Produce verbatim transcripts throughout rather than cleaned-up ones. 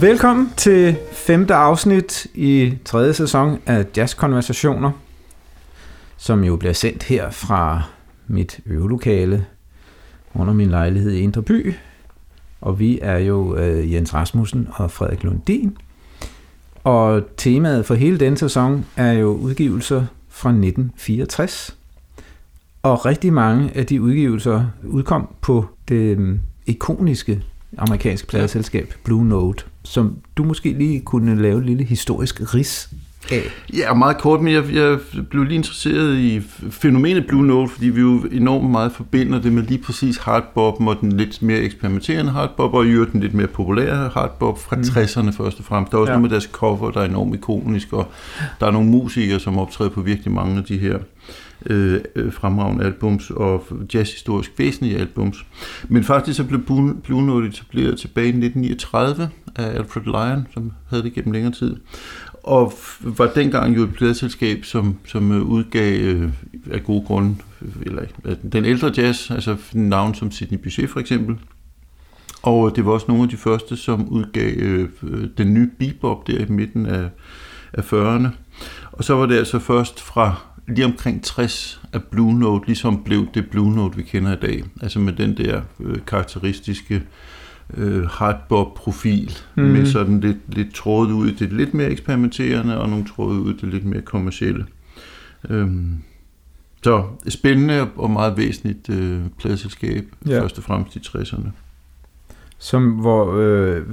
Velkommen til femte afsnit i tredje sæson af Jazzkonversationer, som jo bliver sendt her fra mit øvelokale under min lejlighed i Indre By. Og vi er jo øh, Jens Rasmussen og Frederik Lundin. Og temaet for hele denne sæson er jo udgivelser fra nitten fireogtres. Og rigtig mange af de udgivelser udkom på det øh, ikoniske amerikanske pladeselskab Blue Note, som du måske lige kunne lave et lille historisk rids af. Ja, meget kort, men jeg, jeg blev lige interesseret i fænomenet Blue Note, fordi vi jo enormt meget forbinder det med lige præcis hardboppen og den lidt mere eksperimenterende hardbop, og i øvrigt den lidt mere populære hardbop fra mm. tresserne først og fremmest. Der er også ja. noget med deres cover, der er enormt ikonisk, og der er nogle musikere, som optræder på virkelig mange af de her Øh, fremragende albums og jazzhistorisk væsentlige albums. Men faktisk så blev Blue Note etableret tilbage i nitten niogtredive af Alfred Lion, som havde det gennem længere tid, og var dengang jo et pladeselskab, som, som udgav øh, af gode grunde, eller den ældre jazz, altså navn som Sidney Bechet for eksempel. Og det var også nogle af de første, som udgav øh, den nye bebop der i midten af, af fyrrerne. Og så var det altså først fra lige omkring tres af Blue Note ligesom blev det Blue Note, vi kender i dag. Altså med den der øh, karakteristiske øh, hardbop-profil, mm-hmm. med sådan lidt, lidt trådet ud i det lidt mere eksperimenterende, og nogle trådet ud i det lidt mere kommercielle. Øhm, så spændende og meget væsentligt øh, pladeselskab, ja. først og fremmest i tresserne. Som hvor... Øh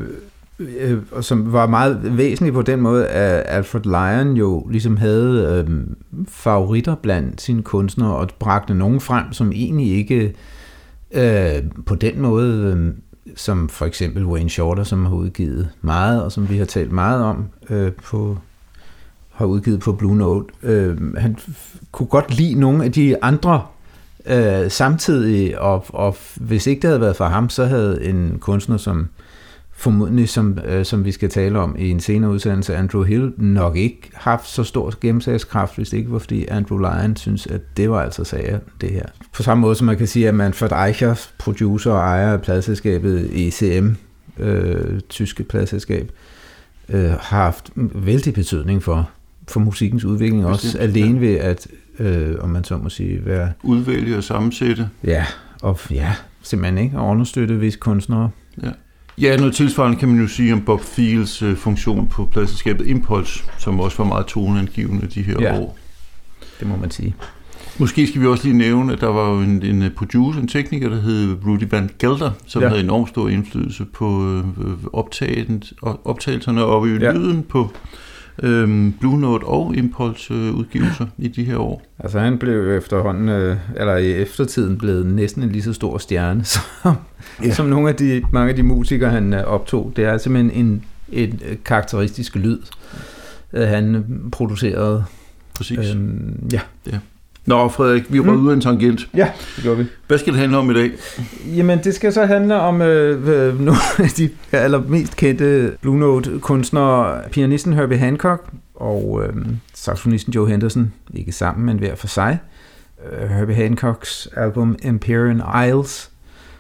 og som var meget væsentligt på den måde, at Alfred Lion jo ligesom havde øh, favoritter blandt sine kunstnere, og bragte nogen frem, som egentlig ikke øh, på den måde, øh, som for eksempel Wayne Shorter, som har udgivet meget, og som vi har talt meget om, øh, på, har udgivet på Blue Note. Øh, han f- kunne godt lide nogle af de andre øh, samtidig, og, og hvis ikke det havde været for ham, så havde en kunstner som formodentlig, som, øh, som vi skal tale om i en senere udsendelse, Andrew Hill, nok ikke haft så stor gennemslagskraft, hvis det ikke var, fordi Andrew Lion synes, at det var altså sager, det her. På samme måde som man kan sige, at Manfred Eicher, producer og ejer af pladeselskabet E C M, øh, tyske pladeselskab, øh, har haft vældig betydning for, for musikkens udvikling, også Bestemt, alene ja. ved at, øh, om man så må sige, være... udvælge og sammensætte. Ja, og ja, simpelthen ikke, og understøtte visse kunstnere. Ja. Ja, noget tilsvarende kan man jo sige om Bob Thiels øh, funktion på pladeselskabet Impulse, som også var meget toneangivende de her ja, år. Det må man sige. Måske skal vi også lige nævne, at der var jo en, en producer, en tekniker, der hed Rudy Van Gelder, som ja. havde enormt stor indflydelse på øh, optagelserne og i ja. lyden på øh, Blue Note og Impulse øh, udgivelser i de her år. Altså han blev efterhånden, øh, eller i eftertiden blevet næsten en lige så stor stjerne, som, ja. som nogle af de, mange af de musikere, han øh, optog. Det er simpelthen en, en karakteristisk lyd, øh, han producerede. Præcis. Øhm, ja. ja. Nå, Frederik, vi rød mm. ud af en tangent. Ja, det gør vi. Hvad skal det handle om i dag? Jamen, det skal så handle om øh, nogle af de allermest kendte Blue Note-kunstnere. Pianisten Herbie Hancock og øh, saxofonisten Joe Henderson, ikke sammen, men hver for sig. Øh, Herbie Hancocks album Empyrean Isles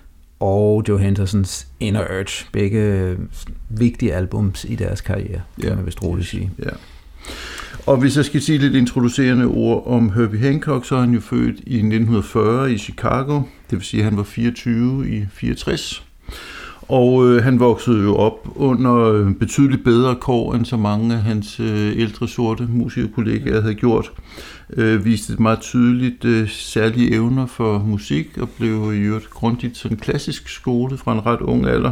og Joe Hendersons Inner Urge. Begge øh, vigtige albums i deres karriere, ja. kan man vist roligt sige. Ja. Og hvis jeg skal sige lidt introducerende ord om Herbie Hancock, så er han jo født i nitten fyrre i Chicago. Det vil sige, at han var fireogtyve i fireogtres. Og øh, han voksede jo op under betydeligt bedre kår, end så mange af hans øh, ældre sorte musikerkollegaer havde gjort. Øh, viste et meget tydeligt øh, særlige evner for musik, og blev i øvrigt grundigt sådan klassisk skolet fra en ret ung alder.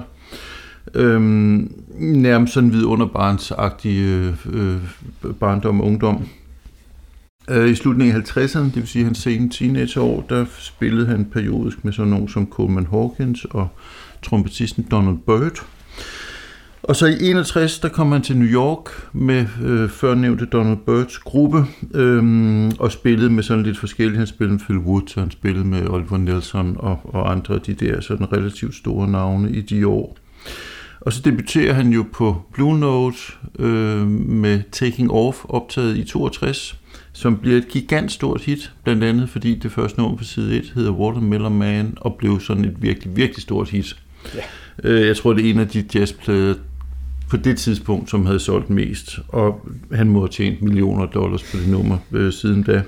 Øhm, nærmest sådan vidunderbarnsagtig øh, øh, barndom og ungdom. Øh, I slutningen af halvtredserne, det vil sige hans sene teenageår, der spillede han periodisk med sådan nogen som Coleman Hawkins og trompetisten Donald Byrd. Og så i enogtres, der kom han til New York med øh, førnævnte Donald Byrds gruppe, øh, og spillede med sådan lidt forskellige. Han spillede med Phil Woods, og han spillede med Oliver Nelson og, og andre af de der sådan relativt store navne i de år. Og så debuterer han jo på Blue Note øh, med Taking Off, optaget i toogtres, som bliver et gigantstort hit, blandt andet fordi det første nummer på side et hedder Watermelon Man, og blev sådan et virkelig, virkelig stort hit. Ja. Øh, jeg tror, det er en af de jazzplader, på det tidspunkt, som havde solgt mest, og han må have tjent millioner dollars på det nummer øh, siden da.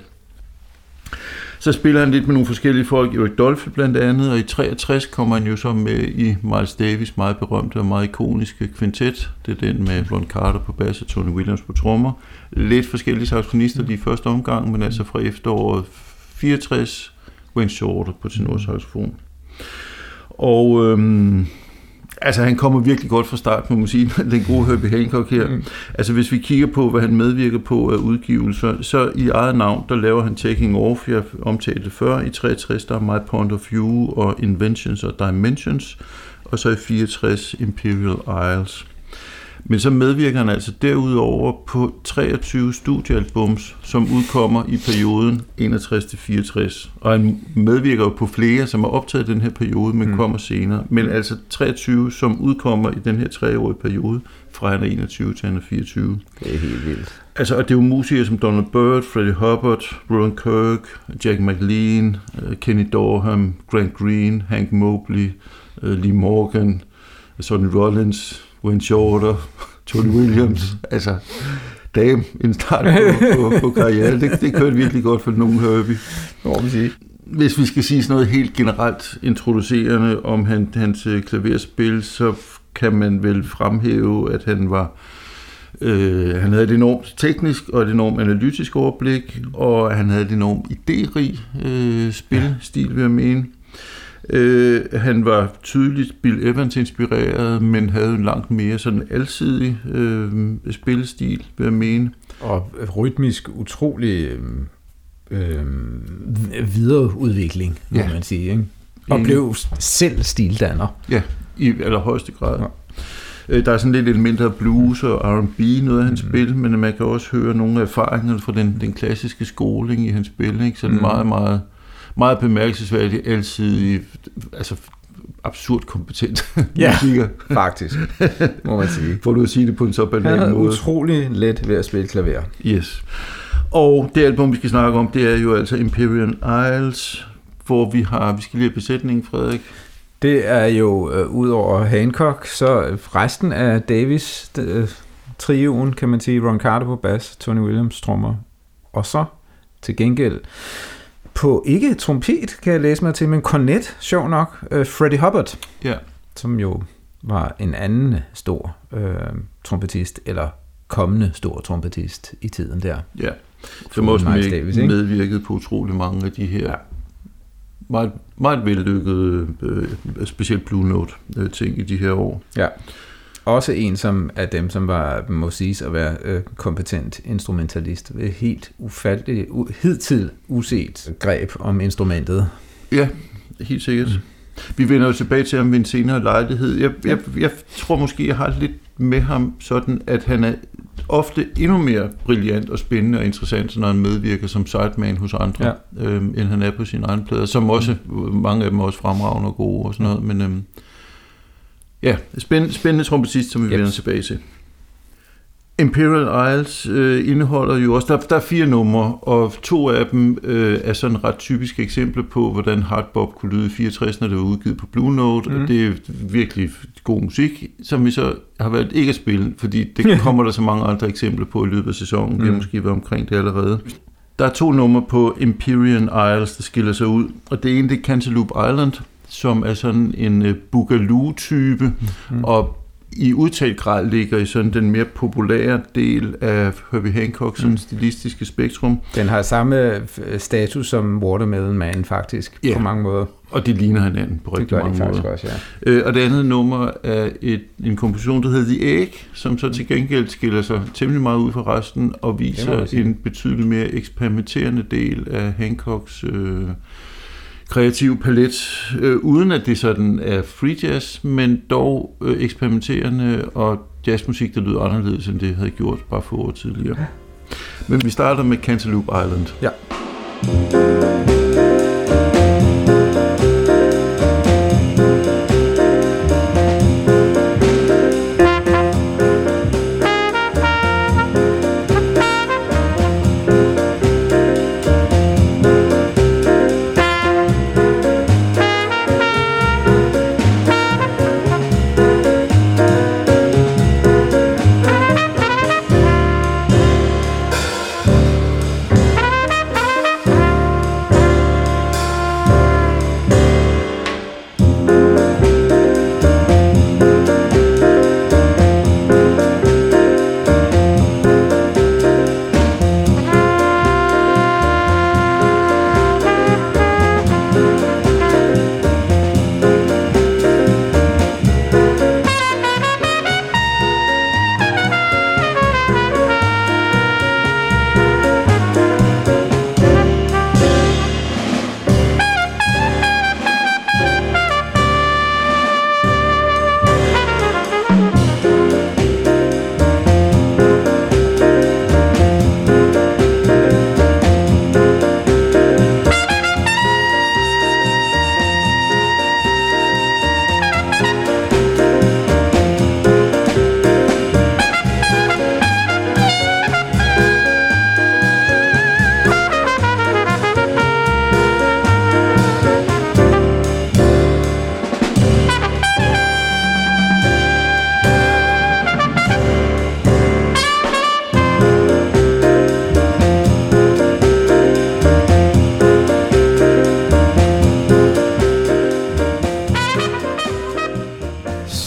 Så spiller han lidt med nogle forskellige folk, Eric Dolphy blandt andet, og i treogtres kommer han jo så med i Miles Davis' meget berømte og meget ikoniske kvintet. Det er den med Ron Carter på bas og Tony Williams på trommer. Lidt forskellige saxofonister lige i første omgang, men altså fra efteråret fireogtres, Wayne Shorter på tenorsaxofon. Og øhm, altså han kommer virkelig godt fra start med musikken, den gode Herbie Hancock her. Mm. Altså hvis vi kigger på, hvad han medvirker på af udgivelser, så i eget navn, der laver han Taking Off, jeg omtalte før, i treogtres, der er My Point of View og Inventions og Dimensions, og så i fireogtres Imperial Isles. Men så medvirker han altså derudover på treogtyve studiealbums, som udkommer i perioden enogtres til fireogtres. Og han medvirker jo på flere, som er optaget i den her periode, men mm. kommer senere. Men altså treogtyve, som udkommer i den her treårige periode, fra han er enogtyve til han er fireogtyve. Det er helt vildt. Altså, og det er jo musikere som Donald Byrd, Freddie Hubbard, Roland Kirk, Jack McLean, Kenny Dorham, Grant Green, Hank Mobley, Lee Morgan, Sonny Rollins, Wayne Shorter, Tony Williams, altså damn, en start på, på, på karriere. Det, det kørte virkelig godt for nogen Herbie. Hvis vi skal sige sådan noget helt generelt introducerende om han, hans klaverspil, så kan man vel fremhæve, at han var øh, han havde et enormt teknisk og et enormt analytisk overblik, og han havde et enormt idérig øh, spilstil, vil jeg mene. Uh, han var tydeligt Bill Evans inspireret, men havde en langt mere sådan alsidig uh, spillestil, vil jeg mene. Og rytmisk utrolig øh, videreudvikling, må ja. man sige, ikke? Og blev selv stildanner. Ja, i allerhøjeste grad. Ja. Uh, der er sådan lidt elementer af blues og R and B, noget af hans mm. spil, men man kan også høre nogle erfaringer fra den, den klassiske skoling i hans spil, ikke? Sådan mm. meget, meget meget bemærkelsesværdig, alsidig, altså absurd kompetent ja, musiker. Faktisk, må man sige. Får du at sige det på en så banal måde. Han er utrolig let ved at spille klaver. Yes. Og det album, vi skal snakke om, det er jo altså Imperial Isles, hvor vi har, vi skal lige have besætningen, Frederik. Det er jo, øh, ud over Hancock, så resten af Davis øh, trioen, kan man sige, Ron Carter på bas, Tony Williams trommer, og så til gengæld på ikke trompet, kan jeg læse mig til, men kornet, sjov nok, uh, Freddie Hubbard, ja. som jo var en anden stor uh, trompetist, eller kommende stor trompetist i tiden der. Ja, som også med, Davis, medvirkede på utrolig mange af de her ja. meget, meget vellykkede, uh, specielt Blue Note uh, ting i de her år. Ja. Også en som af dem, som var, må siges at være øh, kompetent instrumentalist. Helt ufatteligt, u- hidtil uset greb om instrumentet. Ja, helt sikkert. Mm. Vi vender jo tilbage til ham ved en senere lejlighed. Jeg, jeg, jeg tror måske, jeg har lidt med ham sådan, at han er ofte endnu mere brilliant og spændende og interessant, når han medvirker som sideman hos andre, ja. øhm, end han er på sine egne plader, som også, mange af dem er også fremragende og gode og sådan noget, men øhm, ja, spændende, spændende trompetist, som vi yep. vender tilbage til. Imperial Isles øh, indeholder jo også, der, der er fire numre, og to af dem øh, er sådan ret typiske eksempler på, hvordan hardbop kunne lyde i fireogtres, når det var udgivet på Blue Note, mm. og det er virkelig god musik, som vi så har valgt ikke at spille, fordi det kommer der så mange andre eksempler på i løbet af sæsonen, mm. vi har måske været omkring det allerede. Der er to numre på Imperial Isles, der skiller sig ud, og det ene det er Cantaloupe Island, som er sådan en uh, boogaloo-type, mm. og i udtalt grad ligger i sådan den mere populære del af Herbie Hancocks mm. stilistiske spektrum. Den har samme status som Watermelon Man faktisk, yeah. på mange måder. Og de ligner hinanden på rigtig mange måder. Også, ja. øh, og det andet nummer er et, en komposition, der hedder The Egg, som så til gengæld skiller sig temmelig meget ud fra resten, og viser en betydeligt mere eksperimenterende del af Hancocks øh, kreativ palet, øh, uden at det sådan er free jazz, men dog øh, eksperimenterende og jazzmusik, der lyder anderledes, end det havde gjort bare få år tidligere. Men vi starter med Cantaloupe Island. Ja.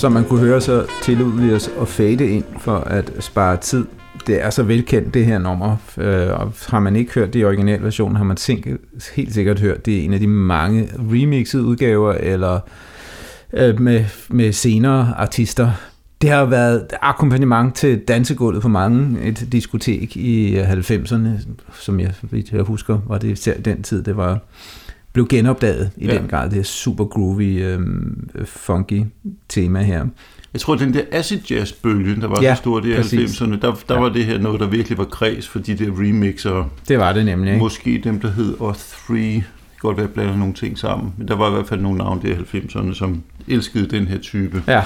som man kunne høre, så tillod vi os at fade ind for at spare tid. Det er så velkendt, det her nummer, øh, og har man ikke hørt det i originalversionen, har man helt sikkert hørt, det er en af de mange remixede udgaver, eller øh, med, med senere artister. Det har været akkompagnement til dansegulvet på mange et diskotek i halvfemserne, som jeg, jeg husker, var det især den tid, det var blev genopdaget i ja. den grad. Det er super groovy, øh, funky tema her. Jeg tror, den der acid jazz-bølge, der var ja, så stor i halvfemserne, der, der ja. var det her noget, der virkelig var kreds for de der remixer. Det var det nemlig, ikke? Måske dem, der hed O tre. Det kan godt være, at blande nogle ting sammen. Men der var i hvert fald nogle navne der i halvfemserne, som elskede den her type. Ja.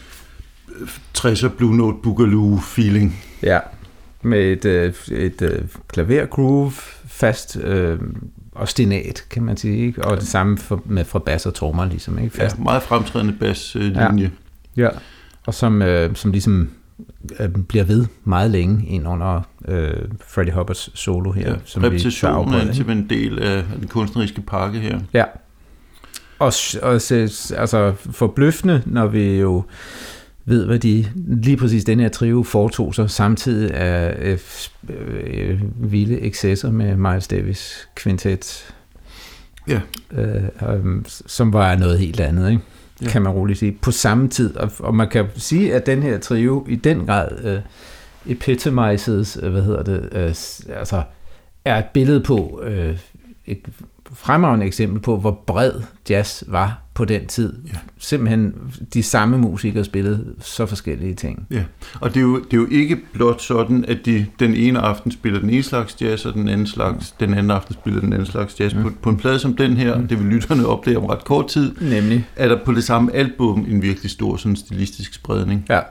tresser Blue Note Boogaloo-feeling. Ja, med et, et, et klavergroove, fast øh, ostinat, kan man sige, ikke? Og det samme for, med fra bass og trommer, ligesom, ikke? Fast. Ja, meget fremtrædende basslinje. Ja. ja, og som, øh, som ligesom øh, bliver ved meget længe ind under øh, Freddie Hubbards solo her. Ja, som repetitionen er til en del af den kunstneriske pakke her. Ja, og, og altså forbløffende, når vi jo ved, hvad de lige præcis den her trio foretog sig samtidig af øh, øh, vilde excesser med Miles Davis Quintet, ja. øh, øh, som var noget helt andet, ikke? Ja. Kan man roligt sige, på samme tid. Og, og man kan sige, at den her trio i den grad øh, epitomizes, øh, hvad hedder det, øh, altså er et billede på, øh, et fremragende eksempel på, hvor bred jazz var på den tid. Ja. Simpelthen de samme musikere spillede så forskellige ting. Ja, og det er jo, det er jo ikke blot sådan, at de den ene aften spiller den ene slags jazz, og den anden, slags, den anden aften spiller den anden slags jazz. Mm. På, på en plade som den her, mm. det vil lytterne opleve om ret kort tid, nemlig er der på det samme album en virkelig stor sådan stilistisk spredning. Ja.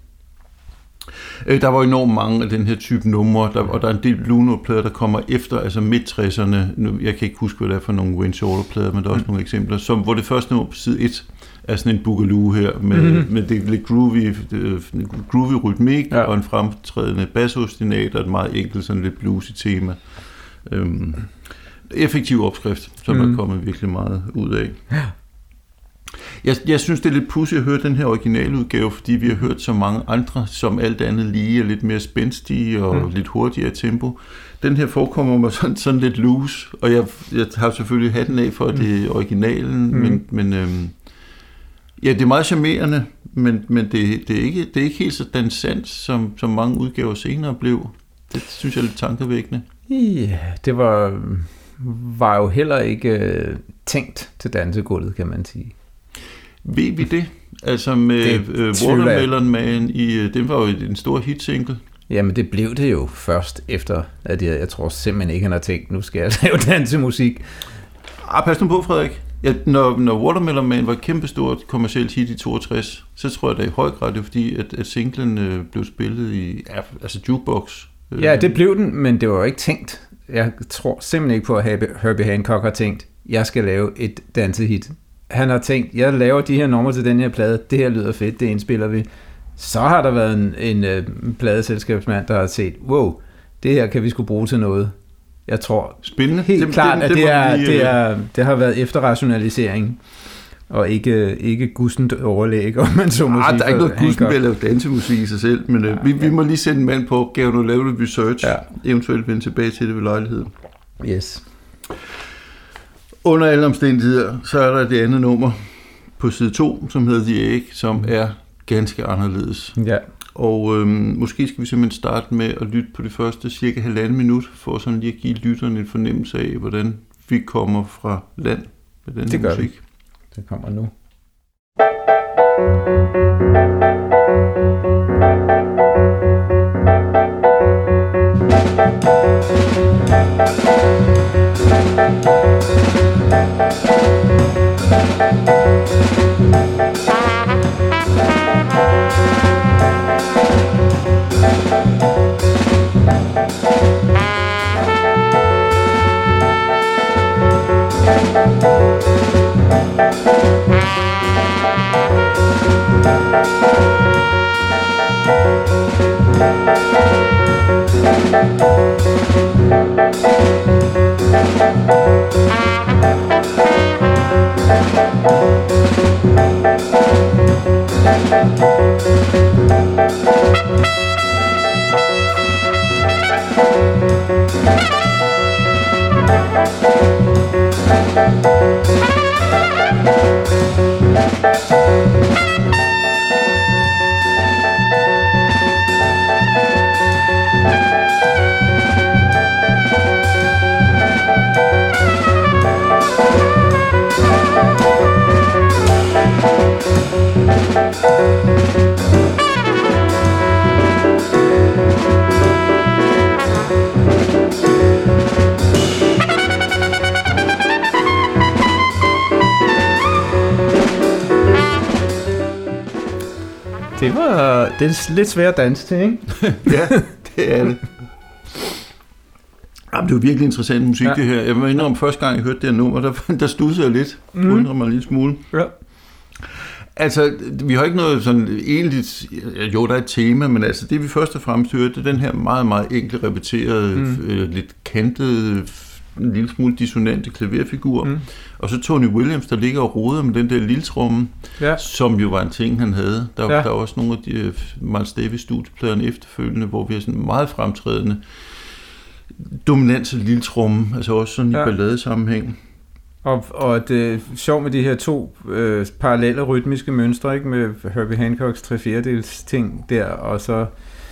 Der var enormt mange af den her type numre, der, og der er en del Blue Note-plader, der kommer efter, altså midt-tresserne. Nu, jeg kan ikke huske, hvad det er for nogle Wayne Shorter-plader, men der er også mm. nogle eksempler, som, hvor det første nummer på side et er sådan en boogaloo her, med, mm-hmm. med det lidt groovy, det, groovy rytmik, ja. og en fremtrædende bassostinat, og et meget enkelt, sådan lidt bluesy tema. Øhm, effektiv opskrift, som mm. er kommet virkelig meget ud af. Ja. Jeg, jeg synes, det er lidt pudsigt at høre den her originaludgave, fordi vi har hørt så mange andre, som alt andet lige er lidt mere spændstige og mm. lidt hurtigere tempo. Den her forekommer mig sådan, sådan lidt loose, og jeg, jeg har selvfølgelig hatten af for, at det er originalen, mm. men, men øhm, ja, det er meget charmerende, men, men det, det, er ikke, det er ikke helt så dansant, som, som mange udgaver senere blev. Det synes jeg er lidt tankevækkende. Ja, det var, var jo heller ikke øh, tænkt til dansegulvet, kan man sige. Ved vi det? Altså med uh, Watermelon Man, i, den var jo en stor hitsingle. Jamen det blev det jo først efter, at jeg, jeg tror simpelthen ikke, han har tænkt, nu skal jeg lave dansemusik. Ah, pas nu på, Frederik. Ja, når, når Watermelon Man var et kæmpestort kommercielt hit i toogtres, så tror jeg da i høj grad, det er fordi, at, at singlen øh, blev spillet i ja, altså jukebox. Øh. Ja, det blev den, men det var jo ikke tænkt. Jeg tror simpelthen ikke på, at Herbie Hancock har tænkt, jeg skal lave et dansehit. Han har tænkt, jeg laver de her numre til den her plade, det her lyder fedt, det indspiller vi. Så har der været en, en, en pladeselskabsmand, der har set, wow, det her kan vi sgu bruge til noget. Jeg tror spændende. helt det, klart, det, at det, det, er, lige, det, er, det har været efterrationalisering, og ikke, ikke gudsent overlæg, om man så må ah, sige. Der er ikke noget gudsent ved at lave dansemusik i sig selv, men ja, vi, vi må lige sende en mand på opgaven og lave lidt research, ja. Eventuelt vende tilbage til det ved lejlighed. Yes. Under alle omstændigheder, så er der det andet nummer på side to, som hedder The Egg, som er ganske anderledes. Ja. Og øhm, måske skal vi simpelthen starte med at lytte på det første cirka halvanden minut, for sådan lige at give lytterne en fornemmelse af, hvordan vi kommer fra land med den det gør musik. Vi. Det kommer nu. Thank you. Det var det er lidt svært at danse til, ikke? Ja, det er det. Jamen, det er jo virkelig interessant musik, ja. Det her. Jeg må indrømme, første gang jeg hørte det her nummer, der, der studsede jeg lidt. Mm. Jeg indrømmer en lille smule. Ja. Altså, vi har ikke noget sådan egentligt... Jo, der er et tema, men altså, det vi først og fremmest hørte, det er den her meget, meget enkle, repeterede, mm. øh, lidt kantede, en lille smule dissonante klaverfigur. Mm. Og så Tony Williams, der ligger og roder med den der liltromme, ja. Som jo var en ting, han havde. Der, ja. Der er også nogle af de Miles Davis studiepladerne efterfølgende, hvor vi har sådan meget fremtrædende dominans af liltromme, altså også sådan ja. I balladesammenhæng. Og, og det er sjovt med de her to øh, parallelle rytmiske mønstre, ikke, med Herbie Hancocks tre fjerdedels ting der, og så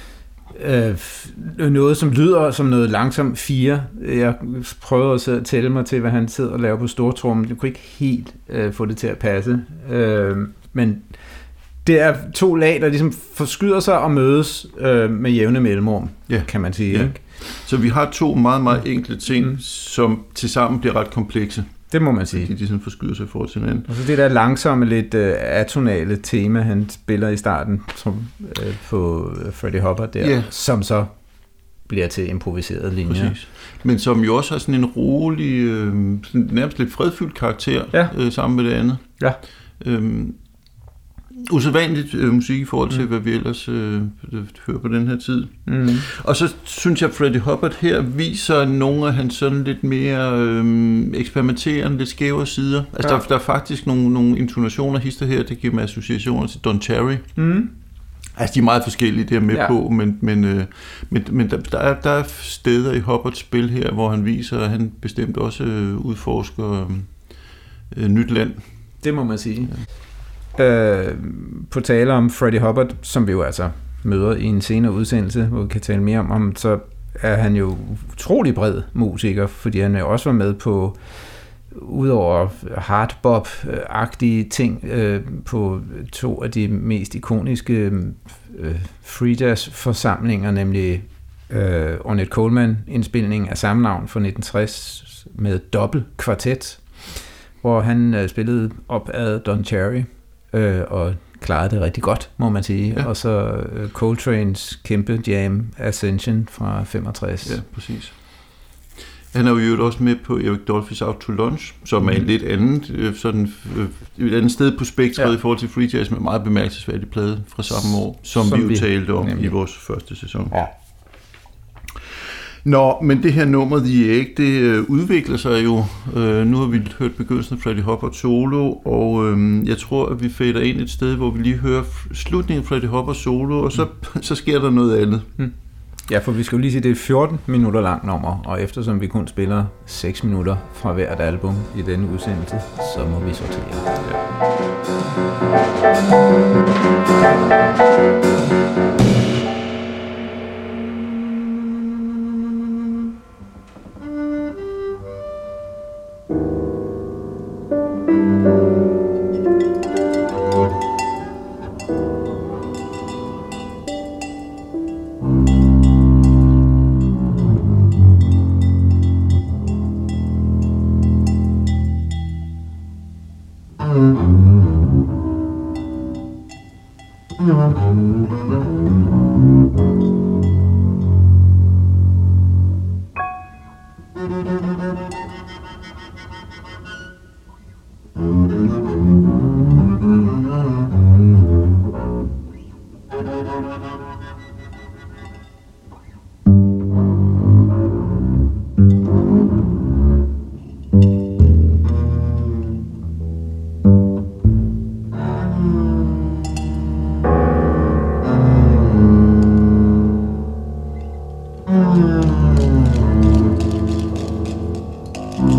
øh, noget, som lyder som noget langsomt fire. Jeg prøvede at sidde og tælle mig til, hvad han sidder og laver på stortrummen. Jeg kunne ikke helt øh, få det til at passe. Øh, men det er to lag, der ligesom forskyder sig og mødes øh, med jævne mellemrum, ja. Kan man sige. Ja. Ikke? Så vi har to meget, meget enkle ting, mm. som tilsammen bliver ret komplekse. Det må man sige. Fordi de sådan forskyder sig for til hinanden. Og så det der langsomme, lidt uh, atonale tema, han spiller i starten som, uh, på Freddie Hubbard der, yeah. som så bliver til improviserede linjer. Præcis. Men som jo også har sådan en rolig, øh, sådan nærmest lidt fredfyldt karakter ja. øh, sammen med det andet. Ja. Øhm, usædvanligt øh, musik i forhold til, mm. hvad vi ellers øh, hører på den her tid. Mm. Og så synes jeg, at Freddie Hubbard her viser nogle af hans sådan lidt mere øh, eksperimenterende, lidt skæve sider. Altså, ja. der, der er faktisk nogle, nogle intonationer, hister her, det giver mig associationer til Don Cherry. Mm. Altså, de er meget forskellige, det er med ja. På, men, men, øh, men, men der, der, er, der er steder i Hubbards spil her, hvor han viser, at han bestemt også øh, udforsker øh, nyt land. Det må man sige. Ja. Øh, på tale om Freddie Hubbard, som vi jo altså møder i en senere udsendelse, hvor vi kan tale mere om ham, så er han jo utrolig bred musiker, fordi han jo også var med på, udover hardbop-agtige ting, øh, på to af de mest ikoniske øh, free jazz-forsamlinger, nemlig øh, Ornette Coleman-indspilning af samme navn fra nitten tres med dobbelt kvartet, hvor han øh, spillede op ad Don Cherry, Øh, og klarede det rigtig godt, må man sige. Ja. Og så uh, Coltrane's kæmpe jam Ascension fra femogtres. Ja, præcis. Han er jo også med på Eric Dolphys Out to Lunch, som er et lidt andet, sådan, et andet sted på spektret ja. I forhold til free jazz, med meget bemærkelsesværdig plade fra samme år, som, som vi jo vi, talte om nemlig. I vores første sæson. Ja. Nå, men det her nummer, The Egg, det øh, udvikler sig jo. Øh, nu har vi hørt begyndelsen af Freddie Hubbard solo, og øh, jeg tror, at vi fader ind et sted, hvor vi lige hører slutningen af Freddie Hubbard solo, og så, mm. så sker der noget andet. Mm. Ja, for vi skal jo lige sige, det er fjorten minutter langt nummer, og eftersom vi kun spiller seks minutter fra hvert album i denne udsendelse, så må vi sortere. Ja.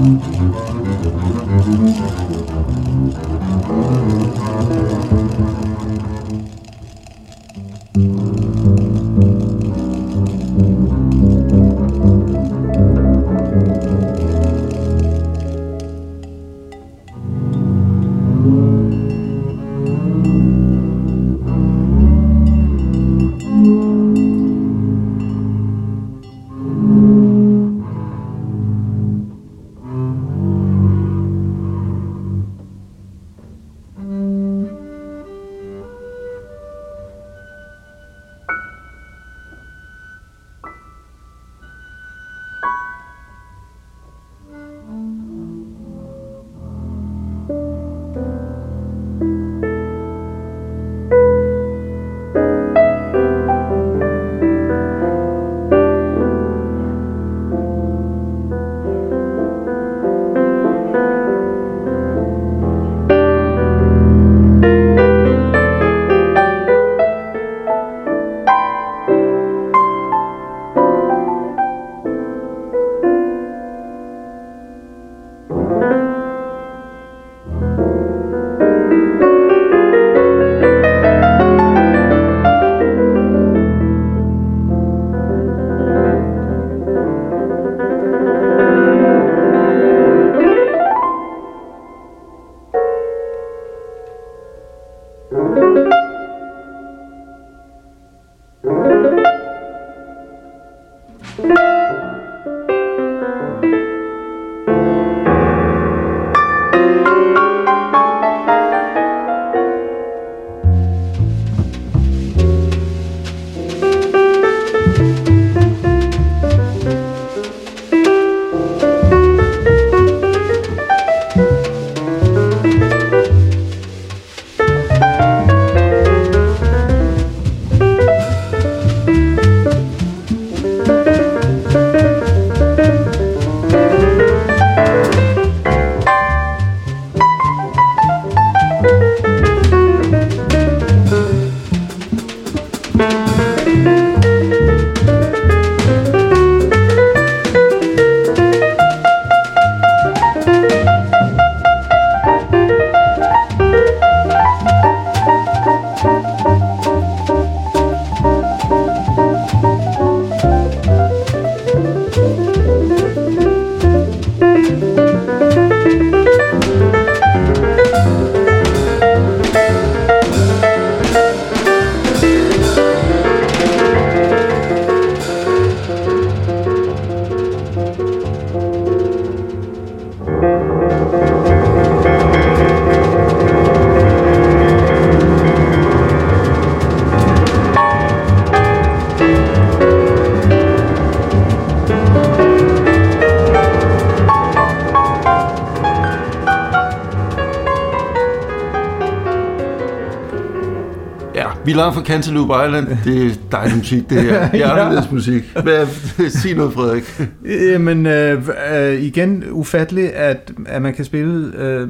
Vi er langt fra Cantaloupe Island. Det er dejlig musik, det her. Hjertelighedsmusik musik. Hvad, sig noget, Frederik. Jamen, øh, øh, igen ufatteligt, at, at man kan spille øh,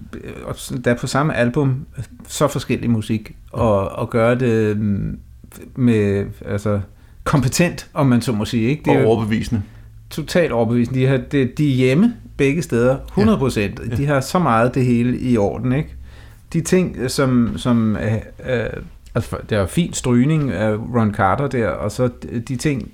der på samme album så forskellig musik, og, og gøre det med, altså, kompetent, om man så må sige. Ikke? Det er og overbevisende. Totalt overbevisende. De, har, de, de er hjemme begge steder, hundrede procent. Ja. De har så meget det hele i orden, ikke? De ting, som... som øh, øh, altså, der er fin strygning af Ron Carter der, og så de ting,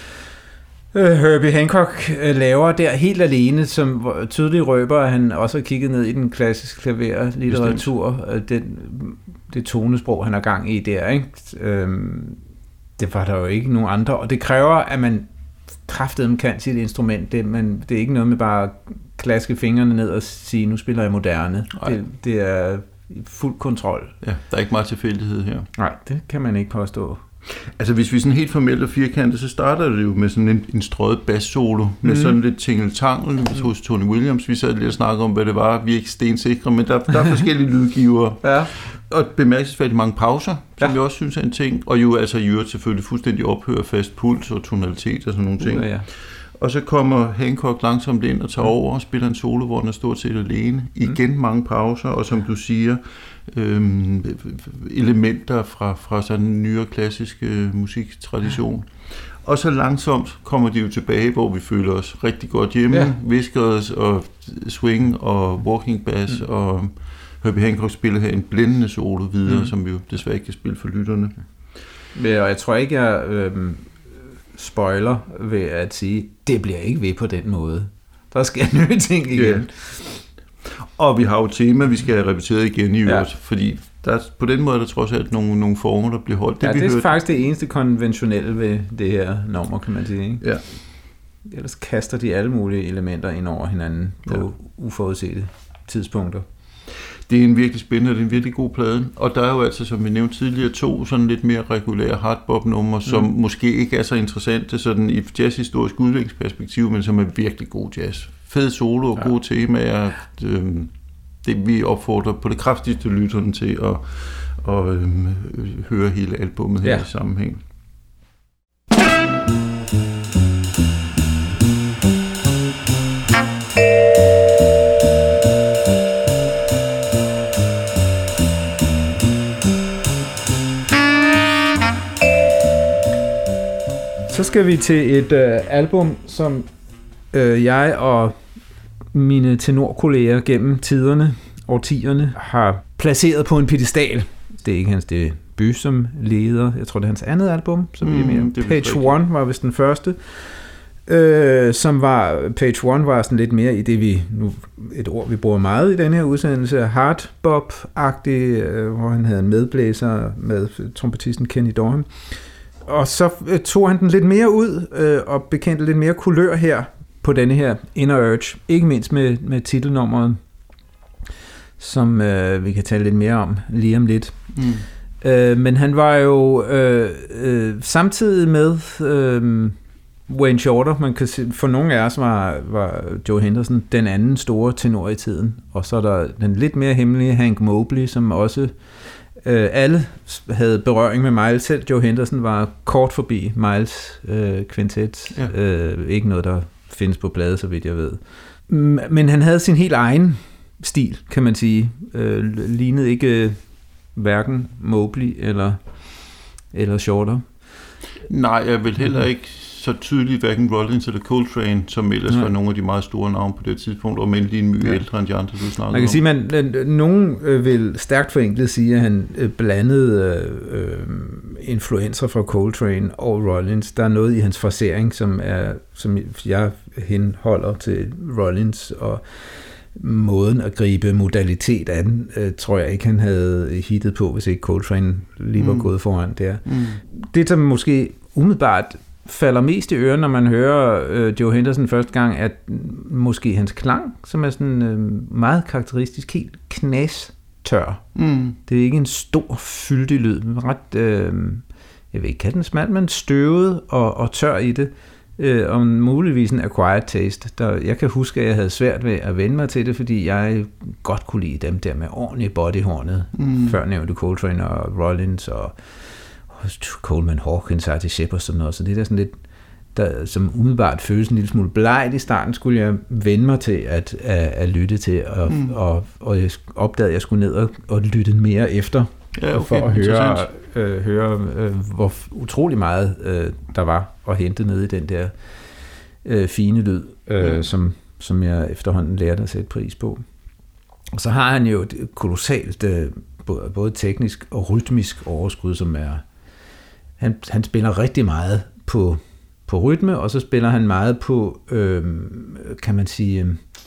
øh, Herbie Hancock øh, laver der helt alene, som tydeligt røber, at han også har kigget ned i den klassiske klaverlitteratur, øh, den, det tonesprog, han har gang i der, ikke? Øhm, det var der jo ikke nogen andre, og det kræver, at man kraftedeme kan sit instrument. Det, man, det er ikke noget med bare at klaske fingrene ned og sige, nu spiller jeg moderne. Det, det er fuld kontrol. Ja, der er ikke meget tilfældighed her. Nej, det kan man ikke påstå. Altså, hvis vi er sådan helt formelt og firkantet, så starter det jo med sådan en, en strøget bass-solo, mm. med sådan lidt tingeltangel hos Tony Williams. Vi sad lige og snakkede om, hvad det var. Vi er ikke stensikre, men der, der er forskellige lydgiver. Ja. Og bemærkelsesværdigt mange pauser, som ja. jeg også synes er en ting. Og jo altså i øvrigt selvfølgelig fuldstændig ophør fast puls og tonalitet og sådan nogle ting. Ja, ja. Og så kommer Hancock langsomt ind og tager over og spiller en solo, hvor den er stort set alene. Igen mange pauser, og som du siger, øhm, elementer fra, fra sådan en nyere klassisk øh, musiktradition. Og så langsomt kommer de jo tilbage, hvor vi føler os rigtig godt hjemme. Ja. Whiskers og swing og walking bass, mm. og Herbie Hancock spiller her en blændende solo videre, mm. som vi jo desværre ikke kan spille for lytterne. Ja, og jeg tror ikke, jeg øh, spoiler ved at sige, det bliver ikke ved på den måde. Der sker nye ting igen. Ja. Og vi har jo et tema, vi skal have repeteret igen i øvrigt, ja. Fordi der er, på den måde er der trods alt nogle, nogle former, der bliver holdt. Det, ja, vi det er hørte. faktisk det eneste konventionelle ved det her nummer, kan man sige. Ikke? Ja. Ellers kaster de alle mulige elementer ind over hinanden på ja. uforudsete tidspunkter. Det er en virkelig spændende, det er en virkelig god plade. Og der er jo altså, som vi nævnte tidligere, to sådan lidt mere regulære hardbop-numre, som mm. måske ikke er så interessante sådan i jazzhistorisk udviklingsperspektiv, men som er virkelig god jazz. Fed solo og ja. gode temaer. Det, det vi opfordrer på det kraftigste lytterne til at, at, at høre hele albumet her ja. i sammenhæng. Så skal vi til et øh, album, som øh, jeg og mine tenorkolleger gennem tiderne, årtierne, har placeret på en pedestal. Det er ikke hans debut som leder. Jeg tror, det er hans andet album, som mm, vi mere. Page One var vist den første. Øh, som var, Page One var sådan lidt mere i det, vi nu et ord, vi bruger meget i den her udsendelse, hardbop-agtig, øh, hvor han havde en medblæser med trompetisten Kenny Dorham. Og så tog han den lidt mere ud øh, og bekendte lidt mere kulør her på denne her Inner Urge. Ikke mindst med, med titelnummeret, som øh, vi kan tale lidt mere om lige om lidt. Mm. Øh, men han var jo øh, øh, samtidig med øh, Wayne Shorter, man kan se, for nogle af os var, var Joe Henderson den anden store tenor i tiden. Og så er der den lidt mere hemmelige Hank Mobley, som også Øh, alle havde berøring med Miles. Selv Joe Henderson var kort forbi Miles øh, kvintet. Ja. Øh, ikke noget, der findes på plade, så vidt jeg ved. Men han havde sin helt egen stil, kan man sige. Øh, lignede ikke øh, hverken Mobley eller, eller Shorter. Nej, jeg vil heller ikke så tydeligt hverken Rollins eller Coltrane, som ellers ja. var nogle af de meget store navne på det tidspunkt, og men lige en mye ja. ældre end de andre, du snakkede om. Man kan sige, at nogen vil stærkt forenklet sige, at han blandede øh, influencer fra Coltrane og Rollins. Der er noget i hans frasering, som, er, som jeg henholder til Rollins, og måden at gribe modalitet an, øh, tror jeg ikke, han havde hittet på, hvis ikke Coltrane lige var mm. gået foran der. Mm. Det, som måske umiddelbart falder mest i ørerne, når man hører øh, Joe Henderson første gang, at måske hans klang, som er sådan øh, meget karakteristisk, helt knastør. Mm. Det er ikke en stor, fyldig lyd, men ret, øh, jeg ved ikke, kan den smalt, men støvet og, og tør i det, øh, og muligvis en acquired taste. Der, jeg kan huske, at jeg havde svært ved at vende mig til det, fordi jeg godt kunne lide dem der med ordentligt bodyhornet, mm. før nævnte Coltrane og Rollins og Coleman Hawkins, Artie Sheppard og sådan noget, så det er sådan lidt, der, som umiddelbart føles en lille smule blegt i starten, skulle jeg vende mig til at, at, at lytte til, og, mm. og, og jeg opdagede, at jeg skulle ned og, og lytte mere efter, ja, okay, for at høre, øh, høre øh, hvor utrolig meget øh, der var at hente nede i den der øh, fine lyd, øh, mm. som, som jeg efterhånden lærte at sætte pris på. Og så har han jo et kolossalt, øh, både teknisk og rytmisk overskud, som er Han, han spiller rigtig meget på, på rytme, og så spiller han meget på, øh, kan man sige, øh,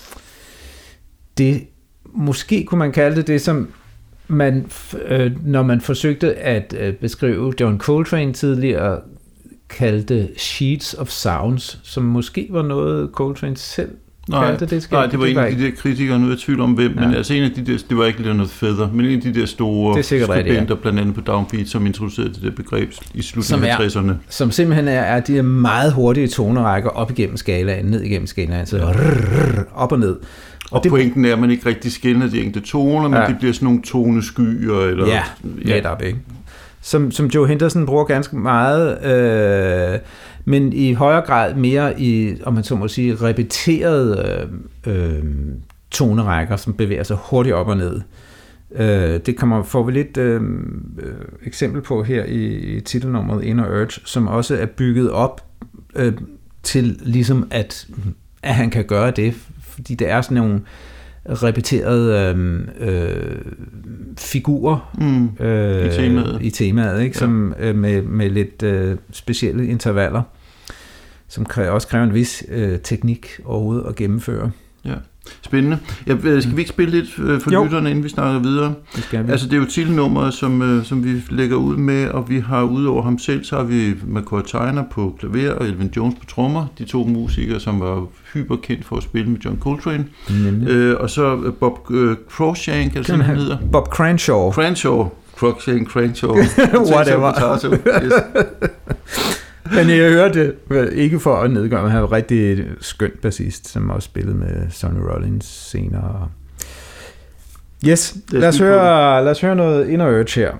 det, måske kunne man kalde det det, som man, øh, når man forsøgte at øh, beskrive John Coltrane tidligere, kaldte sheets of sounds, som måske var noget Coltrane selv Nej, det, det, nej, det var en af de der kritikere, nu er jeg tvivl om hvem, ja. men altså en af de der, det var ikke Leonard Feather, men en af de der store skribenter, blandt andet på Downbeat, som introducerede det der begreb i slutningen af tresserne. Som simpelthen er, er de meget hurtige tonerækker op igennem skalaen, ned igennem skalaen, så rrr, op og ned. Og, og det, pointen er, at man ikke rigtig skelner de enkelte toner, men ja. det bliver sådan nogle toneskyer. Eller, ja, netop, ikke? Som, som Joe Henderson bruger ganske meget. Øh, men i højere grad mere i, om man så må sige, repeterede øh, øh, tonerækker, som bevæger sig hurtigt op og ned. Øh, det kommer, får vi lidt øh, eksempel på her i, i titelnummeret Inner Urge, som også er bygget op øh, til ligesom at, at han kan gøre det, fordi det er sådan nogle repeterede øh, øh, figurer mm, øh, i temaet, i temaet ikke? Ja. Som, øh, med, med lidt øh, specielle intervaller, som kræver, også kræver en vis øh, teknik overhovedet at gennemføre. Ja. Spændende. Ja, skal vi ikke spille lidt for jo. lytterne, inden vi snakker videre? Det skal vi. Altså, det er jo titelnummeret, som, som vi lægger ud med, og vi har udover ham selv, så har vi McCoy Tyner på klaver og Elvin Jones på trommer. De to musikere, som var hyperkendt for at spille med John Coltrane. Øh, og så Bob øh, Cruikshank, eller sådan han hedder. Bob Cranshaw. Cranshaw. Cruikshank, Cranshaw. Whatever. Yes. Men jeg hørte det, ikke for at nedgøre, men han var en rigtig skønt bassist, som også spillede med Sonny Rollins senere. Yes, lad os, høre, lad os høre noget Inner Urge her.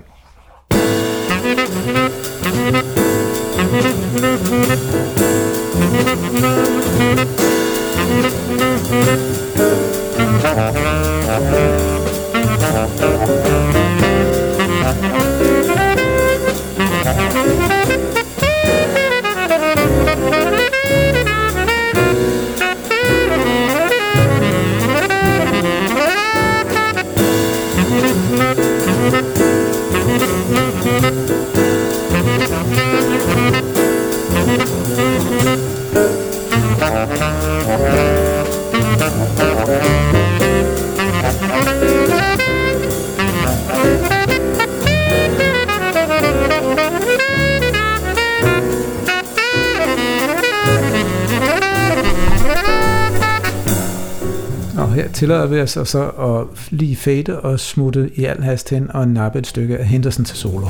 Her tillader vi os så at lige fade og smutte i al hast hen og nappe et stykke af Henderson til solo.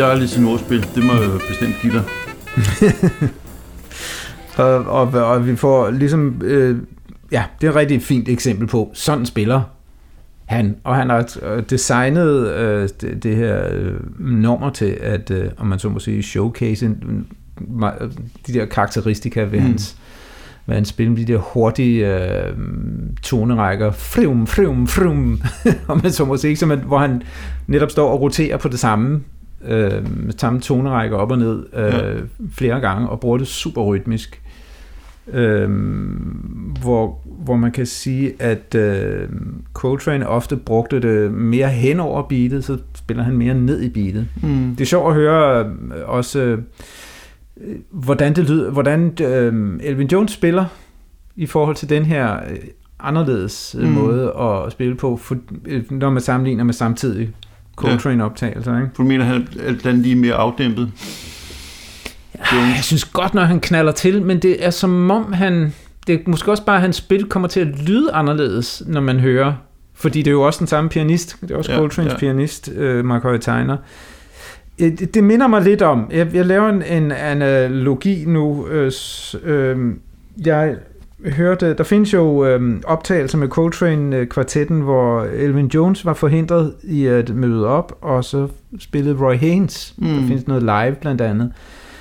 Charlie sin ordspil, det må jeg bestemt give dig. og, og, og vi får ligesom, øh, ja, det er et rigtig fint eksempel på, sådan spiller han, og han har designet øh, det, det her øh, nummer til, at, øh, om man så må sige, showcase en, de der karakteristika ved mm. hans hvad han spiller, de der hurtige øh, tonerækker, frum, frum, frum, om man så må sige, som, hvor han netop står og roterer på det samme, øh, med samme tonerækker op og ned øh, ja. flere gange, og bruger det super rytmisk. Øh, hvor, hvor man kan sige, at øh, Coltrane ofte brugte det mere hen over beatet, så spiller han mere ned i beatet. Mm. Det er sjovt at høre øh, også, øh, hvordan det lyder, hvordan øh, Elvin Jones spiller i forhold til den her øh, anderledes øh, mm. måde at spille på, for, øh, når man sammenligner med samtidig Coltrane-optagelser. Ikke? For du mener, han er lige mere afdæmpet? Jeg synes godt, når han knalder til, men det er som om han, det er måske også bare, at hans spil kommer til at lyde anderledes, når man hører, fordi det er jo også den samme pianist, det er også ja, Coltranes ja. pianist, uh, McCoy Tyner. Det, det minder mig lidt om, jeg, jeg laver en, en analogi nu, øh, øh, jeg hørte, der findes jo øh, optagelser med Coltrane-kvartetten, hvor Elvin Jones var forhindret i at møde op, og så spillede Roy Haynes, mm. der findes noget live blandt andet,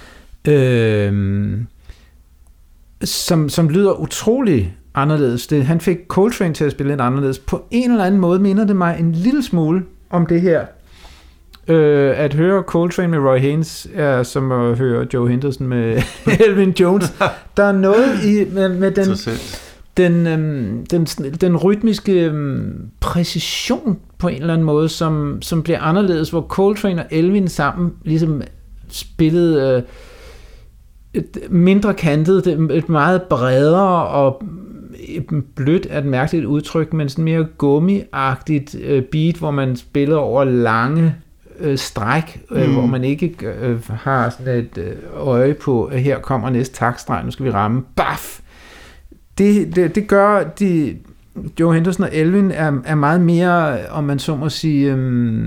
Øh, som, som lyder utrolig anderledes. Det, han fik Coltrane til at spille lidt anderledes. På en eller anden måde minder det mig en lille smule om det her. Øh, at høre Coltrane med Roy Haynes er som at høre Joe Henderson med Elvin Jones. Der er noget i med, med den, den, øhm, den, den rytmiske øhm, præcision på en eller anden måde, som, som bliver anderledes, hvor Coltrane og Elvin sammen ligesom spillede øh, et mindre kantet, et meget bredere og blødt er et mærkeligt udtryk, men sådan mere gummiagtigt øh, beat, hvor man spiller over lange øh, stræk, øh, mm. hvor man ikke øh, har sådan et øh, øje på, at her kommer næste taktstreg, nu skal vi ramme, baf! Det, det, det gør, de, Joe Henderson og Elvin er, er meget mere, om man så må sige, øh,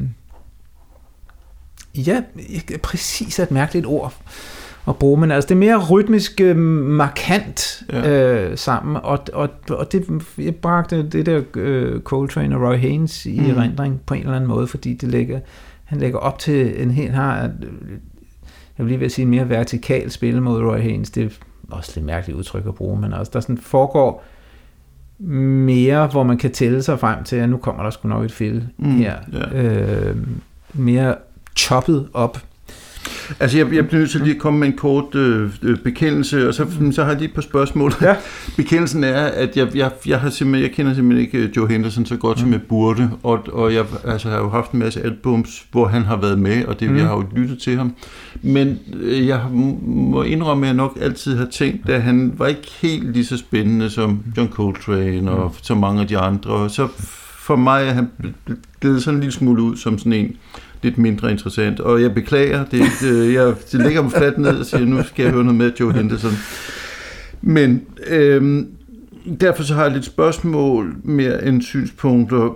ja, præcis et mærkeligt ord at bruge, men altså det er mere rytmisk øh, markant ja. øh, sammen, og, og, og det jeg bragte det der øh, Coltrane og Roy Haynes i mm. erindring på en eller anden måde, fordi det lægger, han lægger op til en helt har, jeg vil lige ved at sige en mere vertikal spil mod Roy Haynes, det er også lidt mærkeligt udtryk at bruge, men altså der sådan foregår mere, hvor man kan tælle sig frem til, at nu kommer der sgu nok et fill mm. her, ja. øh, mere choppet op. Altså, jeg, jeg bliver nødt til lige at komme med en kort øh, bekendelse, og så, så har jeg lige et par spørgsmål. Ja. Bekendelsen er, at jeg, jeg, jeg, har simpelthen, jeg kender simpelthen ikke Joe Henderson så godt, mm. som jeg burde, og, og jeg altså, har jo haft en masse albums, hvor han har været med, og det, mm. jeg har jo lyttet til ham. Men øh, jeg må indrømme, at jeg nok altid har tænkt, at han var ikke helt lige så spændende som John Coltrane og mm. så mange af de andre. Så for mig er han blevet sådan en lille smule ud som sådan en lidt mindre interessant, og jeg beklager, det, det, jeg det lægger mig fladt ned og siger, nu skal jeg høre noget med Joe Henderson. Men øhm, derfor så har jeg lidt spørgsmål mere end synspunkter.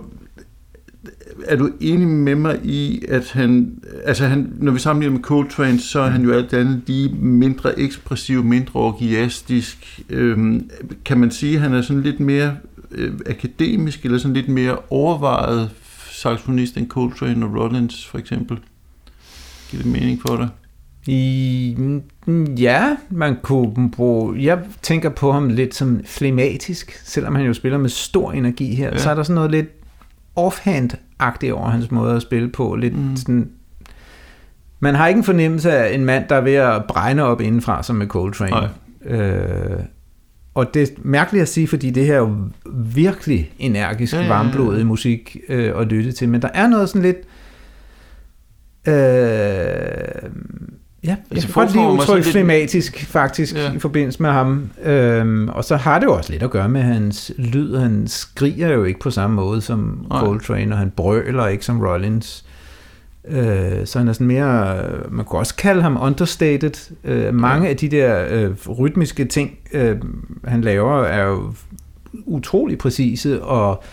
Er du enig med mig i, at han, altså han, når vi sammenligner med Coltrane, så er han jo alt andet lige mindre ekspressiv, mindre orgiastisk. Øhm, kan man sige, at han er sådan lidt mere øh, akademisk, eller sådan lidt mere overvejet saxofonist end Coltrane og Rollins, for eksempel? Giver det mening for dig? I, ja, man kunne bruge... Jeg tænker på ham lidt som flematisk, selvom han jo spiller med stor energi her. Ja. Så er der sådan noget lidt offhand-agtigt over hans måde at spille på. Lidt mm. sådan... Man har ikke en fornemmelse af en mand, der er ved at brænde op indenfra, som med Coltrane. Øh, og det er mærkeligt at sige, fordi det her er jo virkelig energisk, ja, ja, ja. varmblodig musik øh, at lytte til. Men der er noget sådan lidt... Øh, ja, jeg kan godt lide udtryk flematisk, lidt... faktisk, ja. i forbindelse med ham. Øhm, og så har det jo også lidt at gøre med hans lyd. Han skriger jo ikke på samme måde som Nej. Coltrane, og han brøler ikke som Rollins. Øh, så han er sådan mere... Man kan også kalde ham understated. Øh, mange ja. af de der øh, rytmiske ting, øh, han laver, er jo utrolig præcise og,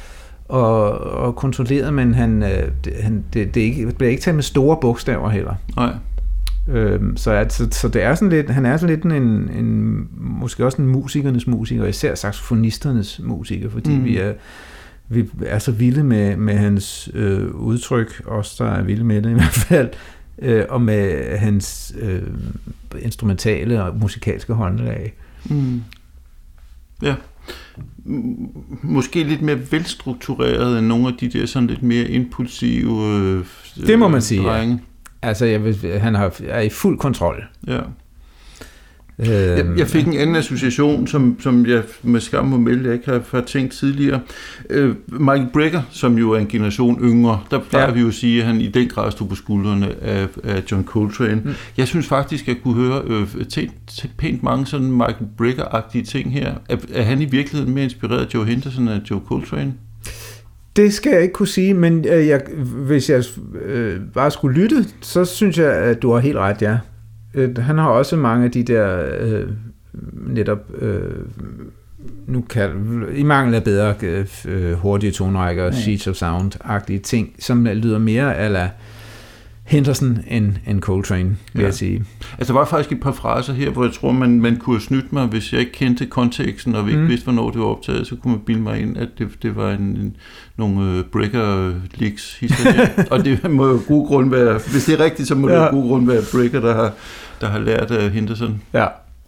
og, og kontrolleret, men han, øh, han, det, det, er ikke, det bliver ikke taget med store bogstaver heller. Nej. Øhm, så, at, så, så det er sådan lidt, han er sådan lidt en, en måske også en musikernes musiker, især saxofonisternes musiker, fordi mm. vi er vi er så vilde med, med hans øh, udtryk, os der er vilde med det i hvert fald, øh, og med hans øh, instrumentale og musikalske håndlag. Mm. Ja. Måske lidt mere velstruktureret end nogle af de der sådan lidt mere impulsive øh, det må man sige, drenge. Ja. Altså, jeg vil, han har, er i fuld kontrol. Ja. Øhm, jeg, jeg fik en anden association, som, som jeg med skam må melde, jeg ikke har, har tænkt tidligere. Øh, Michael Brecker, som jo er en generation yngre, der plejer ja. vi jo at sige, at han i den grad stod på skuldrene af, af John Coltrane. Mm. Jeg synes faktisk, at jeg kunne høre øh, til, til pænt mange sådan Michael Brecker-agtige ting her. Er, er han i virkeligheden mere inspireret af Joe Henderson end af Joe Coltrane? Det skal jeg ikke kunne sige, men øh, jeg, hvis jeg øh, bare skulle lytte, så synes jeg, at du har helt ret, ja. Øh, han har også mange af de der øh, netop, øh, nu kan, i mangel af bedre øh, hurtige tonrækker, ja. Sheets of Sound-agtige ting, som lyder mere a la Henderson end, end Coltrane, vil ja. jeg sige. Altså, der var faktisk et par fraser her, hvor jeg tror, man, man kunne snyde mig, hvis jeg ikke kendte konteksten, og vi ikke mm. vidste, hvornår det var optaget, så kunne man bilde mig ind, at det, det var en, en, nogle uh, Brecker-leaks. Og det må jo god grund være, hvis det er rigtigt, så må ja. det jo god grund være Brecker, der har, der har lært af uh, Henderson. Ja.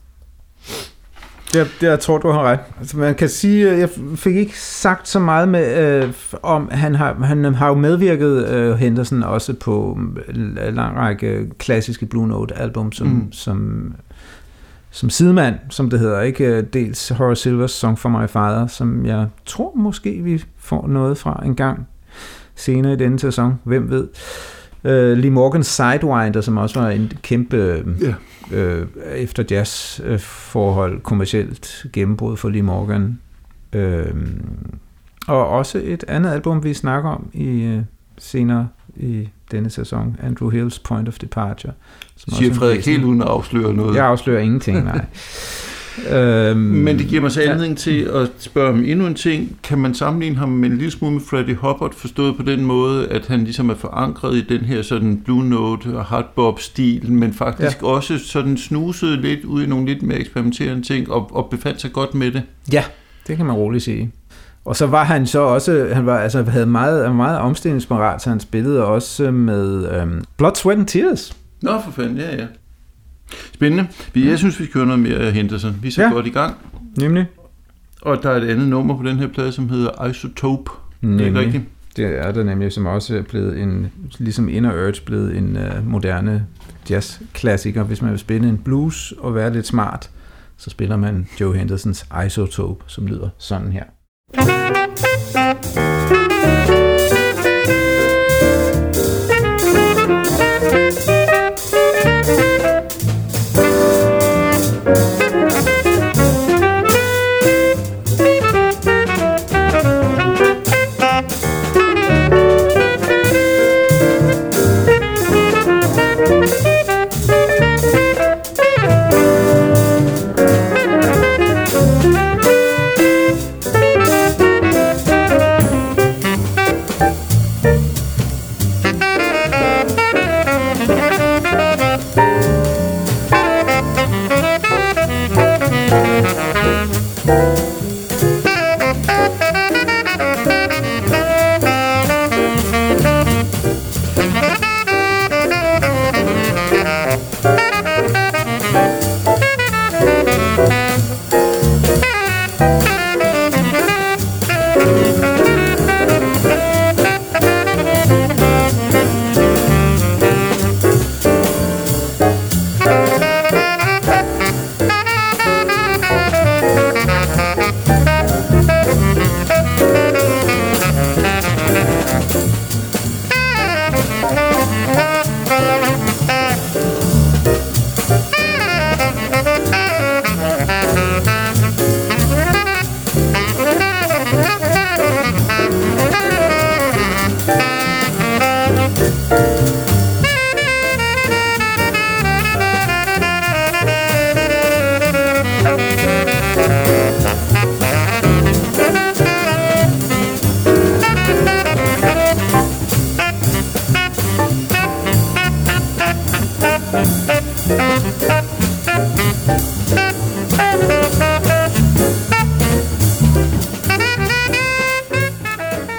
Det, det jeg tror du har ret. Altså, man kan sige, jeg fik ikke sagt så meget med øh, om han har han har jo medvirket øh, Henderson også på en lang række klassiske Blue Note album som mm. som som sidemand, som det hedder, ikke dels Horace Silvers Song for My Father, som jeg tror måske vi får noget fra en gang senere i denne sæson, hvem ved. Uh, Lee Morgans Sidewinder, som også var en kæmpe yeah. øh, efter jazz øh, forhold kommercielt gennembrud for Lee Morgan. Øh, og også et andet album, vi snakker om i øh, senere i denne sæson, Andrew Hill's Point of Departure. Siger Frederik helt uden at afsløre noget? Jeg afslører ingenting, nej. øhm, Men det giver mig så anledning ja. til at spørge om endnu en ting. Kan man sammenligne ham med en lille smule med Freddie Hubbard, forstået på den måde, at han ligesom er forankret i den her sådan Blue Note og hardbop-stil, men faktisk ja. også sådan snusede lidt ud i nogle lidt mere eksperimenterende ting, og, og befandt sig godt med det? Ja, det kan man roligt sige. Og så var han så også, han var, altså, havde meget, meget omstillingsparat, så han spillede også med øhm, Blood, Sweat and Tears. Nå, for fanden, ja, ja. Spændende. Jeg synes, vi skal høre noget mere af Henderson. Vi er så ja. godt i gang. Nemlig. Og der er et andet nummer på den her plade, som hedder Isotope. Nemlig. Det er rigtigt. Det er der nemlig, som også er blevet en, ligesom Inner Urge, blevet en uh, moderne jazzklassiker. Hvis man vil spille en blues og være lidt smart, så spiller man Joe Hendersons Isotope, som lyder sådan her.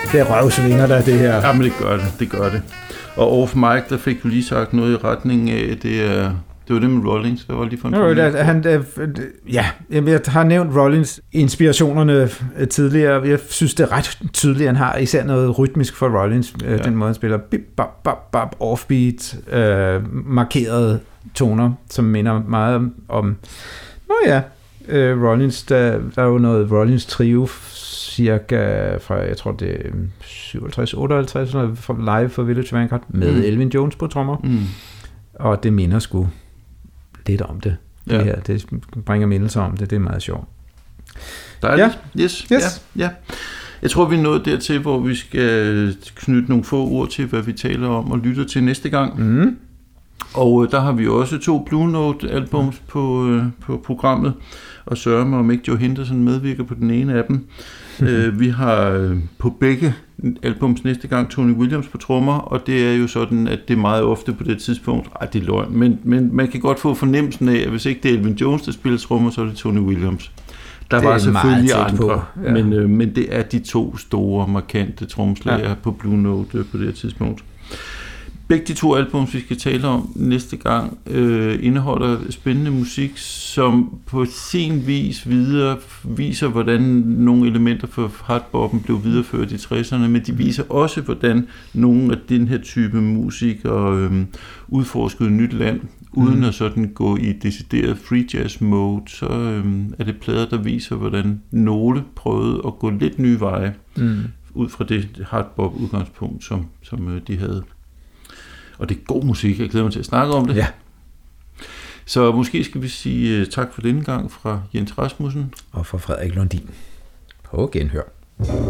det røvsvinger der, det her. Jamen, det gør det, det gør det. Og off mic, der fik du lige sagt noget i retning af, det er... Det var det med Rollins, hvad var det lige for en Nå, der, han, ja, jeg har nævnt Rollins inspirationerne tidligere. Jeg synes, det er ret tydeligt, han har især noget rytmisk for Rollins. Ja. Den måde, han spiller bip, bap, bap, bap, offbeat, øh, markerede toner, som minder meget om... Nå ja, øh, Rollins, der, der er jo noget Rollins trio, cirka fra, jeg tror det er syvoghalvtreds otteoghalvtreds, live for Village Vanguard, med mm. Elvin Jones på trommer. Mm. Og det minder sgu lidt om det. Ja. Det her, det bringer mindelser om det, det er meget sjovt. Dejligt. Ja. Yes. yes. Ja. Ja. Jeg tror, vi er nået dertil, hvor vi skal knytte nogle få ord til, hvad vi taler om og lytter til næste gang. Mm. Og øh, der har vi også to Blue Note-albums på, øh, på programmet, og sørger mig, om ikke Joe Henderson medvirker på den ene af dem. øh, vi har øh, på begge albums næste gang Tony Williams på trommer, og det er jo sådan, at det er meget ofte på det tidspunkt, ej, det er løgn, men, men man kan godt få fornemmelsen af, at hvis ikke det er Elvin Jones, der spiller trommer, så er det Tony Williams. Der var selvfølgelig andre, ja. men, øh, men det er de to store, markante trommeslager ja. på Blue Note øh, på det her tidspunkt. Begge de to albums, vi skal tale om næste gang, øh, indeholder spændende musik, som på sin vis videre viser, hvordan nogle elementer for hardboppen blev videreført i tresserne, men de viser også, hvordan nogle af den her type musikere øh, udforskede nyt land, uden mm. at sådan gå i decideret free jazz mode, så øh, er det plader, der viser, hvordan nogle prøvede at gå lidt nye veje, mm. ud fra det hardbop udgangspunkt, som, som øh, de havde. Og det er god musik, jeg glæder mig til at snakke om det. Ja. Så måske skal vi sige tak for denne gang fra Jens Rasmussen. Og fra Frederik Lundin. På genhør.